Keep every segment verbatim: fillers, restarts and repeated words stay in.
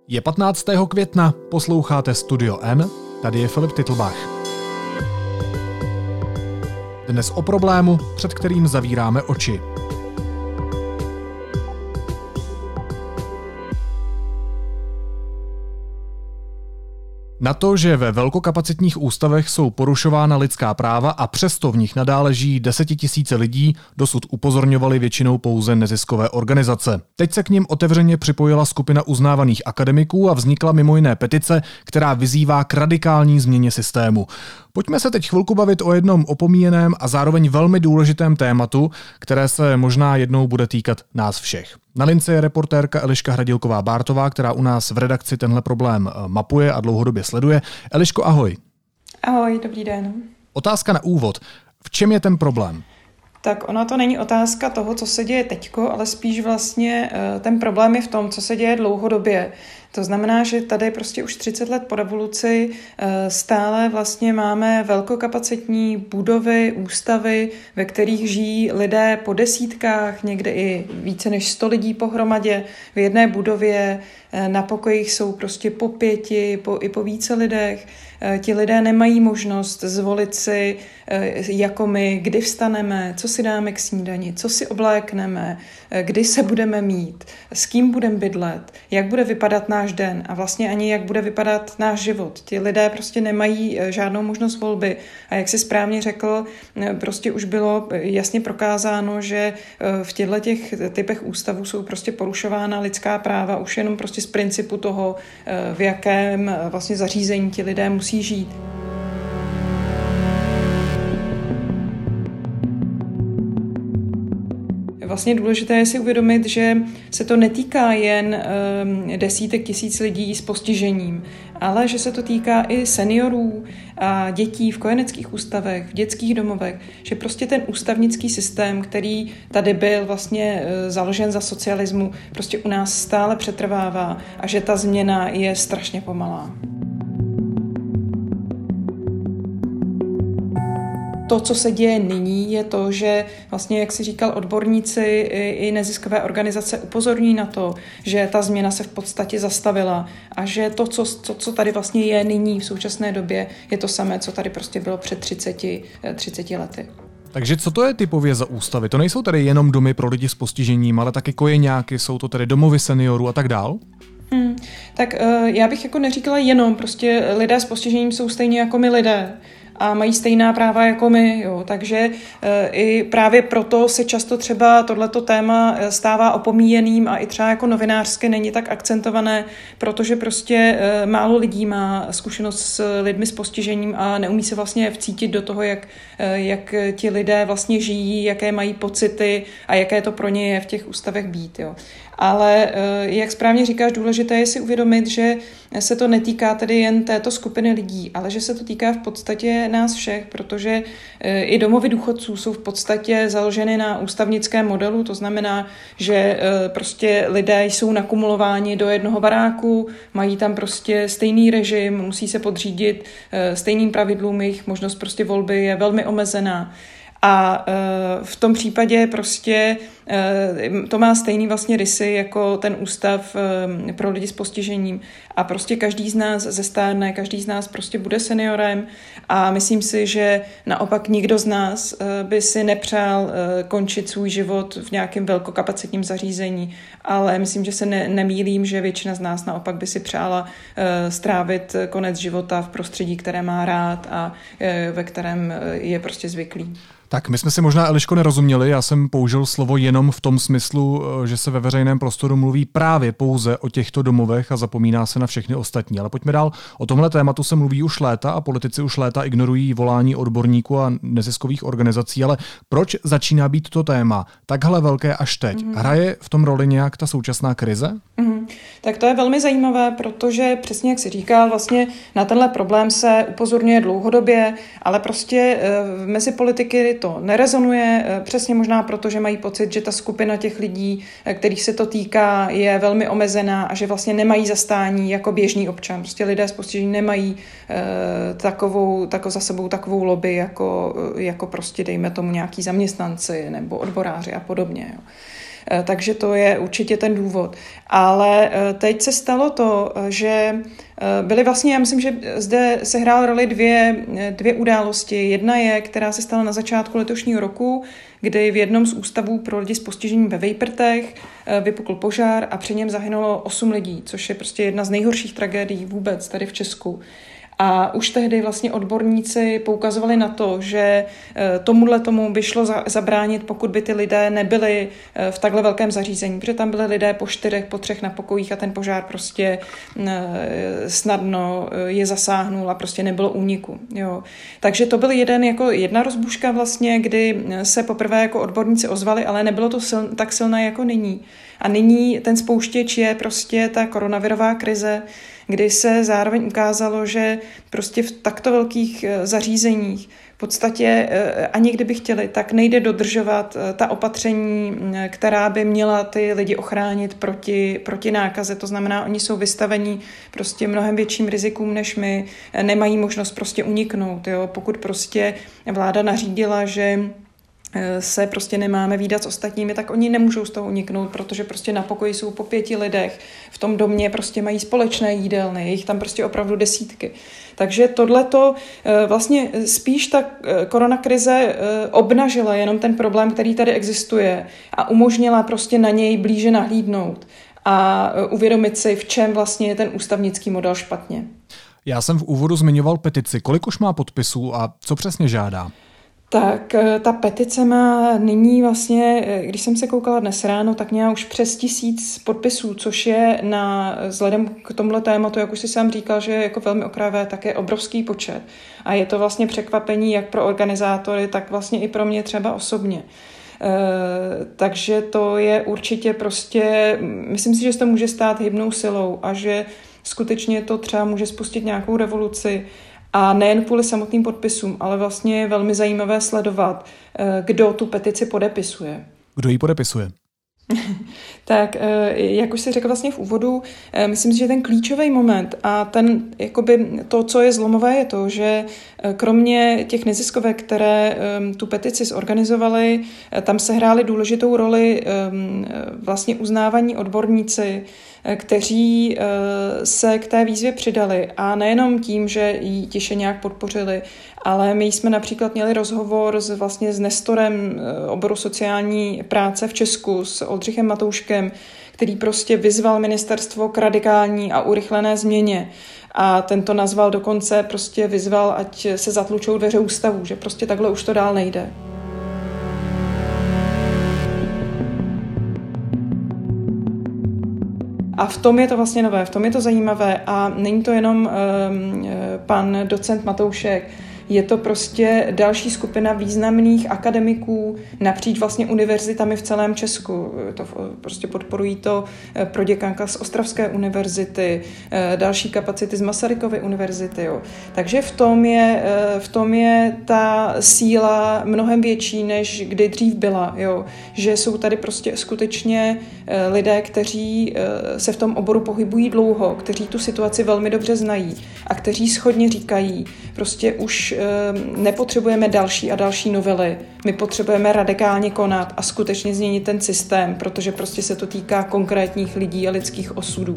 Je patnáctého května, posloucháte Studio N, tady je Filip Titlbach. Dnes o problému, před kterým zavíráme oči. Na to, že ve velkokapacitních ústavech jsou porušována lidská práva a přesto v nich nadále žijí desetitisíce lidí, dosud upozorňovali většinou pouze neziskové organizace. Teď se k nim otevřeně připojila skupina uznávaných akademiků a vznikla mimo jiné petice, která vyzývá k radikální změně systému. Pojďme se teď chvilku bavit o jednom opomíjeném a zároveň velmi důležitém tématu, které se možná jednou bude týkat nás všech. Na lince je reportérka Eliška Hradilková-Bártová, která u nás v redakci tenhle problém mapuje a dlouhodobě sleduje. Eliško, ahoj. Ahoj, dobrý den. Otázka na úvod. V čem je ten problém? Tak ona to není otázka toho, co se děje teďko, ale spíš vlastně ten problém je v tom, co se děje dlouhodobě. To znamená, že tady prostě už třicet let po revoluci stále vlastně máme velkokapacitní budovy, ústavy, ve kterých žijí lidé po desítkách, někde i více než sto lidí pohromadě v jedné budově. Na pokojích jsou prostě po pěti, po, i po více lidech. Ti lidé nemají možnost zvolit si, jako my, kdy vstaneme, co si dáme k snídani, co si oblékneme, kdy se budeme mít, s kým budeme bydlet, jak bude vypadat náš den a vlastně ani jak bude vypadat náš život. Ti lidé prostě nemají žádnou možnost volby a jak jsi správně řekl, prostě už bylo jasně prokázáno, že v těchto těch typech ústavů jsou prostě porušována lidská práva už jenom prostě z principu toho, v jakém vlastně zařízení ti lidé musí žít. Vlastně důležité je si uvědomit, že se to netýká jen desítek tisíc lidí s postižením, ale že se to týká i seniorů a dětí v kojeneckých ústavech, v dětských domovech, že prostě ten ústavnický systém, který tady byl vlastně založen za socialismu, prostě u nás stále přetrvává a že ta změna je strašně pomalá. To, co se děje nyní, je to, že vlastně, jak si říkal, odborníci i neziskové organizace upozorní na to, že ta změna se v podstatě zastavila a že to, co, co, co tady vlastně je nyní v současné době, je to samé, co tady prostě bylo před třiceti, třiceti lety. Takže co to je typově za ústavy? To nejsou tady jenom domy pro lidi s postižením, ale taky kojeňáky, jsou to tady domovy seniorů a tak dál? Hmm, tak uh, já bych jako neříkala jenom, prostě lidé s postižením jsou stejně jako my lidé a mají stejná práva jako my, jo. Takže e, i právě proto se často třeba tohleto téma stává opomíjeným a i třeba jako novinářsky není tak akcentované, protože prostě e, málo lidí má zkušenost s lidmi s postižením a neumí se vlastně vcítit do toho, jak, e, jak ti lidé vlastně žijí, jaké mají pocity a jaké to pro ně je v těch ústavech být, jo. Ale jak správně říkáš, důležité je si uvědomit, že se to netýká tedy jen této skupiny lidí, ale že se to týká v podstatě nás všech, protože i domovy důchodců jsou v podstatě založeny na ústavnickém modelu, to znamená, že prostě lidé jsou nakumulováni do jednoho baráku, mají tam prostě stejný režim, musí se podřídit stejným pravidlům, jejich možnost prostě volby je velmi omezená. A v tom případě prostě to má stejný vlastně rysy jako ten ústav pro lidi s postižením a prostě každý z nás zestárne, každý z nás prostě bude seniorem a myslím si, že naopak nikdo z nás by si nepřál končit svůj život v nějakém velkokapacitním zařízení, ale myslím, že se ne, nemýlím, že většina z nás naopak by si přála strávit konec života v prostředí, které má rád a ve kterém je prostě zvyklý. Tak my jsme si možná, Eliško, nerozuměli, já jsem použil slovo jenom v tom smyslu, že se ve veřejném prostoru mluví právě pouze o těchto domovech a zapomíná se na všechny ostatní. Ale pojďme dál, o tomhle tématu se mluví už léta a politici už léta ignorují volání odborníků a neziskových organizací, ale proč začíná být to téma takhle velké až teď? Mm. Hraje v tom roli nějak ta současná krize? Mm. Tak to je velmi zajímavé, protože přesně jak jsi říkal, vlastně na tenhle problém se upozorňuje dlouhodobě, ale prostě mezi politiky to nerezonuje, přesně možná proto, že mají pocit, že ta skupina těch lidí, kterých se to týká, je velmi omezená a že vlastně nemají zastání jako běžný občan. Prostě lidé s postižením nemají e, takovou, tako za sebou takovou lobby, jako, jako prostě dejme tomu nějaký zaměstnanci nebo odboráři a podobně. Jo. takže to je určitě ten důvod. Ale teď se stalo to, že byly vlastně, já myslím, že zde se hrály roli dvě, dvě události. Jedna je, která se stala na začátku letošního roku, kdy v jednom z ústavů pro lidi s postižením ve Vejprtech vypukl požár a při něm zahynulo osm lidí, což je prostě jedna z nejhorších tragédií vůbec tady v Česku. A už tehdy vlastně odborníci poukazovali na to, že tomuhle tomu by šlo zabránit, pokud by ty lidé nebyli v takhle velkém zařízení, protože tam byli lidé po čtyřech, po třech na pokojích a ten požár prostě snadno je zasáhnul a prostě nebylo úniku. Jo. Takže to byl jeden, jako jedna rozbuška vlastně, kdy se poprvé jako odborníci ozvali, ale nebylo to sil, tak silné jako nyní. A nyní ten spouštěč je prostě ta koronavirová krize, kdy se zároveň ukázalo, že prostě v takto velkých zařízeních v podstatě ani kdyby chtěli, tak nejde dodržovat ta opatření, která by měla ty lidi ochránit proti, proti nákaze. To znamená, oni jsou vystaveni prostě mnohem větším rizikům, než my, nemají možnost prostě uniknout. Jo? Pokud prostě vláda nařídila, že se prostě nemáme vídat s ostatními, tak oni nemůžou z toho uniknout, protože prostě na pokoji jsou po pěti lidech. V tom domě prostě mají společné jídelny, je jich tam prostě opravdu desítky. Takže tohleto vlastně spíš ta koronakrize obnažila jenom ten problém, který tady existuje a umožnila prostě na něj blíže nahlídnout a uvědomit si, v čem vlastně je ten ústavnický model špatně. Já jsem v úvodu zmiňoval petici. Kolik už má podpisů a co přesně žádá? Tak ta petice má nyní vlastně, když jsem se koukala dnes ráno, tak měla už přes tisíc podpisů, což je na, vzhledem k tomuhle tématu, jak už si sám říkal, že je jako velmi okravé, tak je obrovský počet. A je to vlastně překvapení jak pro organizátory, tak vlastně i pro mě třeba osobně. E, takže to je určitě prostě, myslím si, že se to může stát hybnou silou a že skutečně to třeba může spustit nějakou revoluci. A nejen kvůli samotným podpisům, ale vlastně je velmi zajímavé sledovat, kdo tu petici podepisuje. Kdo ji podepisuje? Tak, jak už jsi řekl vlastně v úvodu, myslím si, že ten klíčový moment a ten, jakoby to, co je zlomové, je to, že kromě těch neziskovek, které tu petici zorganizovaly, tam se hrály důležitou roli vlastně uznávaní odborníci, kteří se k té výzvě přidali a nejenom tím, že ji tiše nějak podpořili, ale my jsme například měli rozhovor s, vlastně s Nestorem oboru sociální práce v Česku, s Oldřichem Matouškem, který prostě vyzval ministerstvo k radikální a urychlené změně. A ten to nazval dokonce, prostě vyzval, ať se zatlučou dveře ústavu, že prostě takhle už to dál nejde. A v tom je to vlastně nové, v tom je to zajímavé a není to jenom um, pan docent Matoušek, je to prostě další skupina významných akademiků napříč vlastně univerzitami v celém Česku. To prostě podporují to proděkanka z Ostravské univerzity, další kapacity z Masarykovy univerzity. Jo. Takže v tom, je, v tom je ta síla mnohem větší, než kdy dřív byla. Jo. Že jsou tady prostě skutečně lidé, kteří se v tom oboru pohybují dlouho, kteří tu situaci velmi dobře znají a kteří shodně říkají, prostě už nepotřebujeme další a další novely. My potřebujeme radikálně konat a skutečně změnit ten systém, protože prostě se to týká konkrétních lidí a lidských osudů.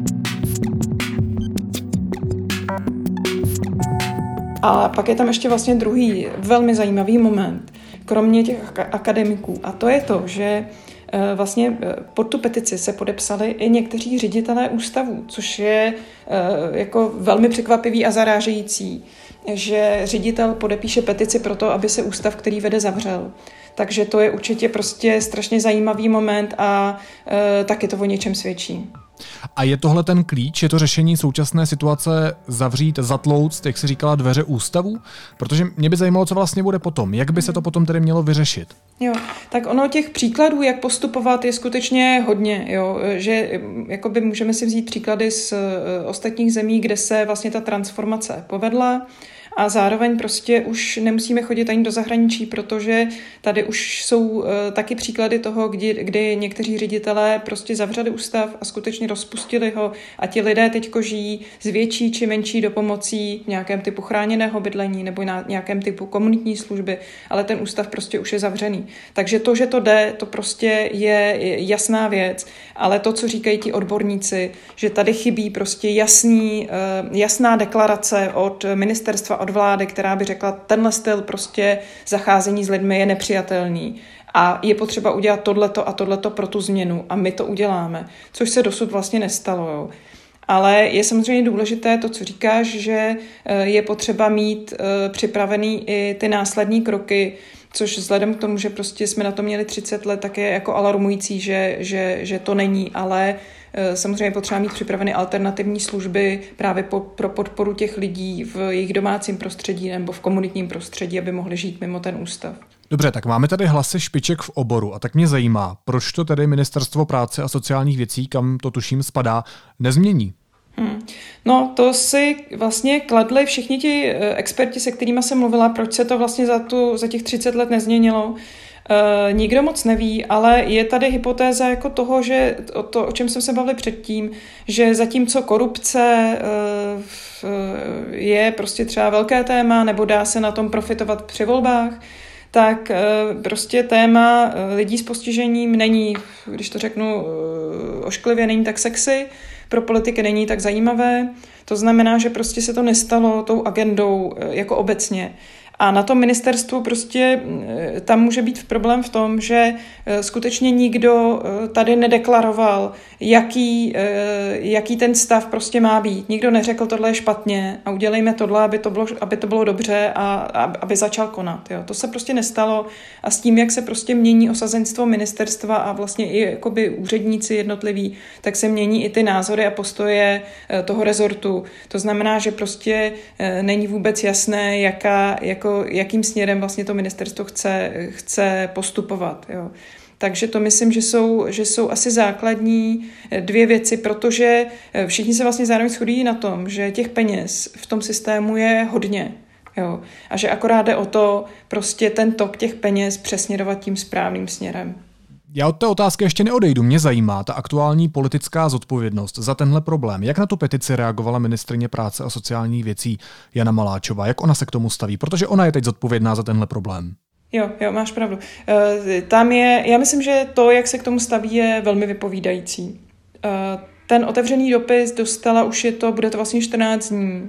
A pak je tam ještě vlastně druhý velmi zajímavý moment, kromě těch akademiků. A to je to, že vlastně pod tu petici se podepsali i někteří ředitelé ústavů, což je jako velmi překvapivý a zarážející, že ředitel podepíše petici pro to, aby se ústav, který vede, zavřel. Takže to je určitě prostě strašně zajímavý moment a e, taky to o něčem svědčí. A je tohle ten klíč, je to řešení současné situace zavřít, zatlouct, jak jsi říkala, dveře ústavů? Protože mě by zajímalo, co vlastně bude potom. Jak by se to potom tedy mělo vyřešit? Jo, tak ono těch příkladů, jak postupovat, je skutečně hodně. Jo, že jakoby můžeme si vzít příklady z ostatních zemí, kde se vlastně ta transformace povedla a zároveň prostě už nemusíme chodit ani do zahraničí, protože tady už jsou uh, taky příklady toho, kdy, kdy někteří ředitelé prostě zavřeli ústav a skutečně rozpustili ho a ti lidé teďko žijí z větší či menší dopomocí v nějakém typu chráněného bydlení nebo na nějakém typu komunitní služby, ale ten ústav prostě už je zavřený. Takže to, že to jde, to prostě je jasná věc, ale to, co říkají ti odborníci, že tady chybí prostě jasný, jasná deklarace od ministerstva, od vlády, která by řekla, tenhle styl prostě zacházení s lidmi je nepřijatelný a je potřeba udělat tohleto a tohleto pro tu změnu a my to uděláme, což se dosud vlastně nestalo. Jo. Ale je samozřejmě důležité to, co říkáš, že je potřeba mít připravený i ty následní kroky, což vzhledem k tomu, že prostě jsme na to měli třicet let, tak je jako alarmující, že, že, že to není, ale samozřejmě potřeba mít připravené alternativní služby právě po, pro podporu těch lidí v jejich domácím prostředí nebo v komunitním prostředí, aby mohli žít mimo ten ústav. Dobře, tak máme tady hlasy špiček v oboru a tak mě zajímá, proč to tedy Ministerstvo práce a sociálních věcí, kam to tuším spadá, nezmění? Hmm. No to si vlastně kladli všichni ti experti, se kterými jsem mluvila, proč se to vlastně za, tu, za těch třicet let nezměnilo. Uh, nikdo moc neví, ale je tady hypotéza jako toho, že o, to, o čem jsme se bavili předtím, že zatímco korupce uh, je prostě třeba velké téma nebo dá se na tom profitovat při volbách, tak uh, prostě téma uh, lidí s postižením není, když to řeknu uh, ošklivě, není tak sexy, pro politiky není tak zajímavé. To znamená, že prostě se to nestalo tou agendou uh, jako obecně. A na tom ministerstvu prostě tam může být problém v tom, že skutečně nikdo tady nedeklaroval, jaký, jaký ten stav prostě má být. Nikdo neřekl, tohle je špatně a udělejme tohle, aby to bylo, aby to bylo dobře a aby začal konat. Jo. To se prostě nestalo a s tím, jak se prostě mění osazenstvo ministerstva a vlastně i jakoby úředníci jednotliví, tak se mění i ty názory a postoje toho rezortu. To znamená, že prostě není vůbec jasné, jaká, jako jakým směrem vlastně to ministerstvo chce, chce postupovat. Jo. Takže to myslím, že jsou, že jsou asi základní dvě věci, protože všichni se vlastně zároveň shodují na tom, že těch peněz v tom systému je hodně. Jo. A že akorát jde o to prostě ten tok těch peněz přesměrovat tím správným směrem. Já od té otázky ještě neodejdu. Mě zajímá ta aktuální politická zodpovědnost za tenhle problém. Jak na tu petici reagovala ministryně práce a sociálních věcí Jana Maláčová? Jak ona se k tomu staví? Protože ona je teď zodpovědná za tenhle problém. Jo, jo, máš pravdu. Tam je, já myslím, že to, jak se k tomu staví, je velmi vypovídající. Ten otevřený dopis dostala, už je to, bude to vlastně čtrnáct dní.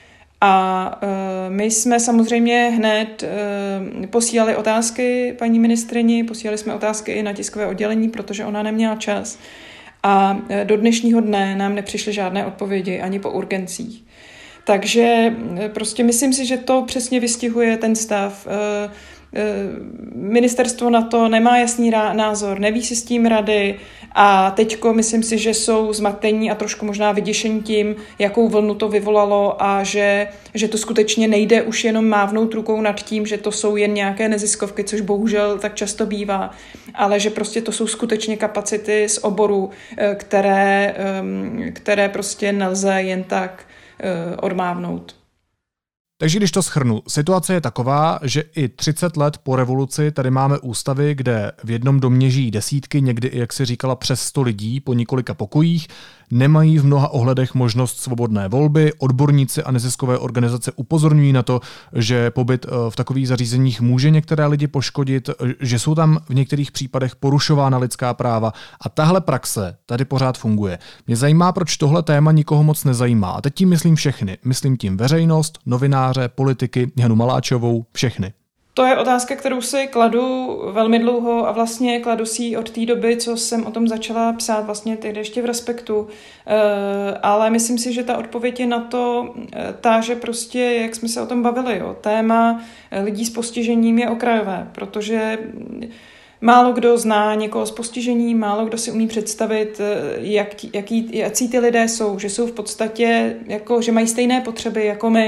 A uh, my jsme samozřejmě hned uh, posílali otázky paní ministryni, posílali jsme otázky i na tiskové oddělení, protože ona neměla čas. A uh, do dnešního dne nám nepřišly žádné odpovědi, ani po urgencích. Takže uh, prostě myslím si, že to přesně vystihuje ten stav. Uh, Ministerstvo na to nemá jasný názor, neví si s tím rady a teďko myslím si, že jsou zmatení a trošku možná vyděšení tím, jakou vlnu to vyvolalo a že, že to skutečně nejde už jenom mávnout rukou nad tím, že to jsou jen nějaké neziskovky, což bohužel tak často bývá, ale že prostě to jsou skutečně kapacity z oboru, které, které prostě nelze jen tak odmávnout. Takže když to shrnu, situace je taková, že i třicet let po revoluci tady máme ústavy, kde v jednom domě žijí desítky, někdy i, jak si říkala, přes sto lidí po několika pokojích, nemají v mnoha ohledech možnost svobodné volby, odborníci a neziskové organizace upozorňují na to, že pobyt v takových zařízeních může některé lidi poškodit, že jsou tam v některých případech porušována lidská práva a tahle praxe tady pořád funguje. Mě zajímá, proč tohle téma nikoho moc nezajímá. A teď tím myslím všechny. Myslím tím veřejnost, novináře, politiky, Janu Maláčovou, všechny. To je otázka, kterou si kladu velmi dlouho a vlastně kladu si ji od té doby, co jsem o tom začala psát vlastně tehdy ještě v Respektu. E, ale myslím si, že ta odpověď je na to ta, že prostě, jak jsme se o tom bavili, jo, téma lidí s postižením je okrajové, protože málo kdo zná někoho s postižením, málo kdo si umí představit, jak, jaký, jaký ty lidé jsou, že jsou v podstatě, jako, že mají stejné potřeby jako my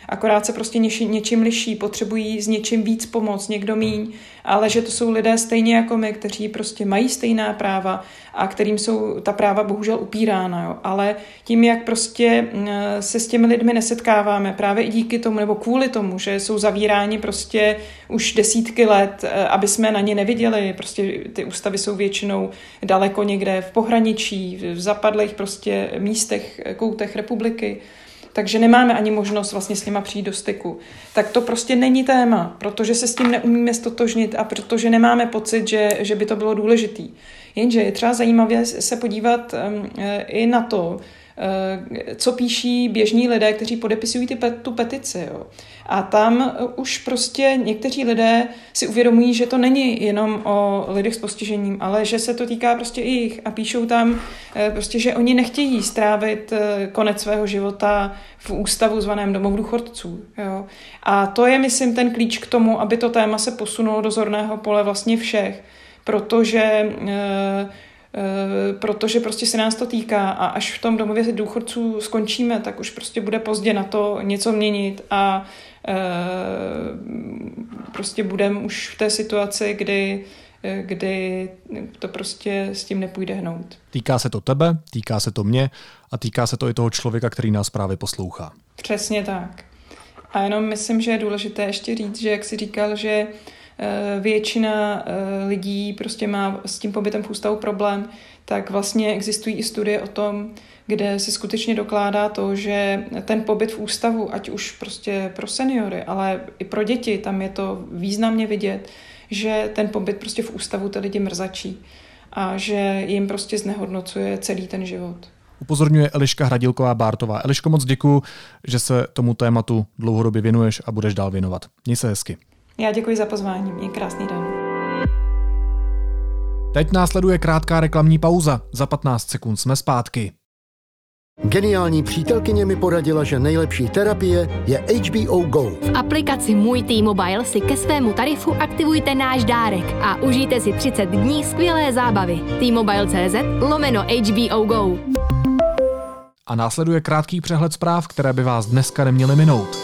akorát se prostě něči, něčím liší, potřebují s něčím víc pomoct, někdo míň, ale že to jsou lidé stejně jako my, kteří prostě mají stejná práva a kterým jsou ta práva bohužel upírána. Jo. Ale tím, jak prostě se s těmi lidmi nesetkáváme, právě i díky tomu, nebo kvůli tomu, že jsou zavíráni prostě už desítky let, aby jsme na ně neviděli, prostě ty ústavy jsou většinou daleko někde v pohraničí, v zapadlých prostě místech, koutech republiky, takže nemáme ani možnost vlastně s nima přijít do styku. Tak to prostě není téma, protože se s tím neumíme stotožnit a protože nemáme pocit, že, že by to bylo důležitý. Jenže je třeba zajímavě se podívat um, i na to, uh, co píší běžní lidé, kteří podepisují ty, tu petici. Jo. A tam už prostě někteří lidé si uvědomují, že to není jenom o lidech s postižením, ale že se to týká prostě i jich a píšou tam prostě, že oni nechtějí strávit konec svého života v ústavu zvaném domov důchodců. Jo. A to je, myslím, ten klíč k tomu, aby to téma se posunulo do zorného pole vlastně všech, protože protože prostě se nás to týká a až v tom domově důchodců skončíme, tak už prostě bude pozdě na to něco měnit a prostě budeme už v té situaci, kdy, kdy to prostě s tím nepůjde hnout. Týká se to tebe, týká se to mě a týká se to i toho člověka, který nás právě poslouchá. Přesně tak. A jenom myslím, že je důležité ještě říct, že jak jsi říkal, že většina lidí prostě má s tím pobytem v ústavu problém, tak vlastně existují i studie o tom, kde se skutečně dokládá to, že ten pobyt v ústavu, ať už prostě pro seniory, ale i pro děti, tam je to významně vidět, že ten pobyt prostě v ústavu ty lidi mrzačí a že jim prostě znehodnocuje celý ten život. Upozorňuje Eliška Hradilková-Bártová. Eliško, moc děkuju, že se tomu tématu dlouhodobě věnuješ a budeš dál věnovat. Měj se hezky. Já děkuji za pozvání. Měj krásný den. Teď následuje krátká reklamní pauza. Za patnáct sekund jsme zpátky. Geniální přítelkyně mi poradila, že nejlepší terapie je H B O Go. V aplikaci Můj T-Mobile si ke svému tarifu aktivujte náš dárek a užijte si třicet dní skvělé zábavy. T-Mobile tečka cé zet lomeno H B O Go. A následuje krátký přehled zpráv, které by vás dneska neměly minout.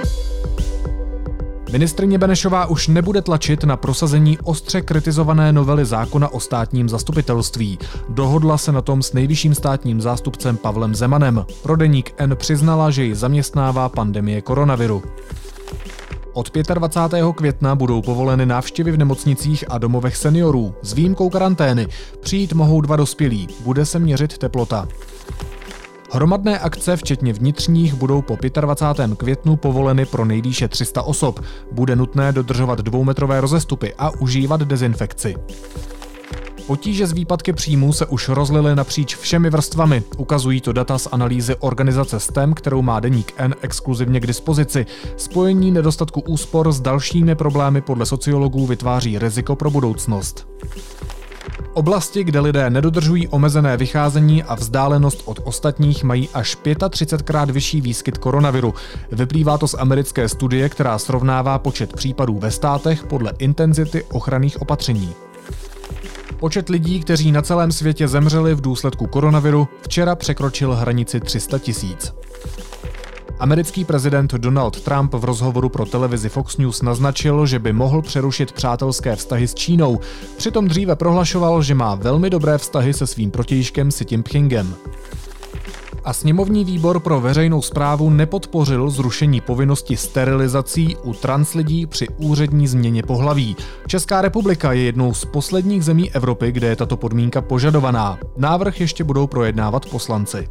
Ministryně Benešová už nebude tlačit na prosazení ostře kritizované novely zákona o státním zastupitelství. Dohodla se na tom s nejvyšším státním zástupcem Pavlem Zemanem. Pro deník N přiznala, že ji zaměstnává pandemie koronaviru. Od dvacátého pátého května budou povoleny návštěvy v nemocnicích a domovech seniorů. S výjimkou karantény. Přijít mohou dva dospělí. Bude se měřit teplota. Hromadné akce, včetně vnitřních, budou po dvacátého pátého květnu povoleny pro nejvýše tři sta osob. Bude nutné dodržovat dvoumetrové rozestupy a užívat dezinfekci. Potíže s výpadky příjmů se už rozlily napříč všemi vrstvami. Ukazují to data z analýzy organizace S T E M, kterou má deník N exkluzivně k dispozici. Spojení nedostatku úspor s dalšími problémy podle sociologů vytváří riziko pro budoucnost. Oblasti, kde lidé nedodržují omezené vycházení a vzdálenost od ostatních, mají až třicetpětkrát vyšší výskyt koronaviru. Vyplývá to z americké studie, která srovnává počet případů ve státech podle intenzity ochranných opatření. Počet lidí, kteří na celém světě zemřeli v důsledku koronaviru, včera překročil hranici tři sta tisíc. Americký prezident Donald Trump v rozhovoru pro televizi Fox News naznačil, že by mohl přerušit přátelské vztahy s Čínou. Přitom dříve prohlašoval, že má velmi dobré vztahy se svým protějškem Xi Jinpingem. A sněmovní výbor pro veřejnou správu nepodpořil zrušení povinnosti sterilizací u trans lidí při úřední změně pohlaví. Česká republika je jednou z posledních zemí Evropy, kde je tato podmínka požadovaná. Návrh ještě budou projednávat poslanci.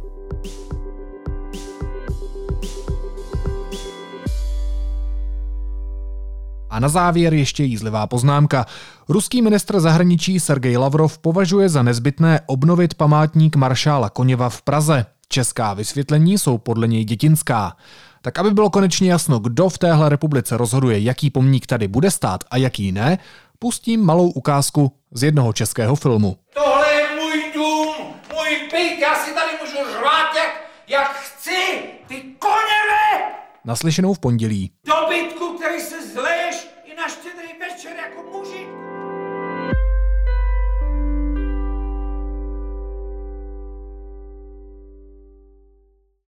A na závěr ještě jízlivá poznámka. Ruský ministr zahraničí Sergej Lavrov považuje za nezbytné obnovit památník maršála Koněva v Praze. Česká vysvětlení jsou podle něj dětinská. Tak aby bylo konečně jasno, kdo v téhle republice rozhoduje, jaký pomník tady bude stát a jaký ne, pustím malou ukázku z jednoho českého filmu. Tohle je můj dům, můj byt, já si tady můžu řvát, jak, jak chci, ty Koněve! Naslyšenou v pondělí. Do bytku, který se zleješ i na štědrý večer jako muži.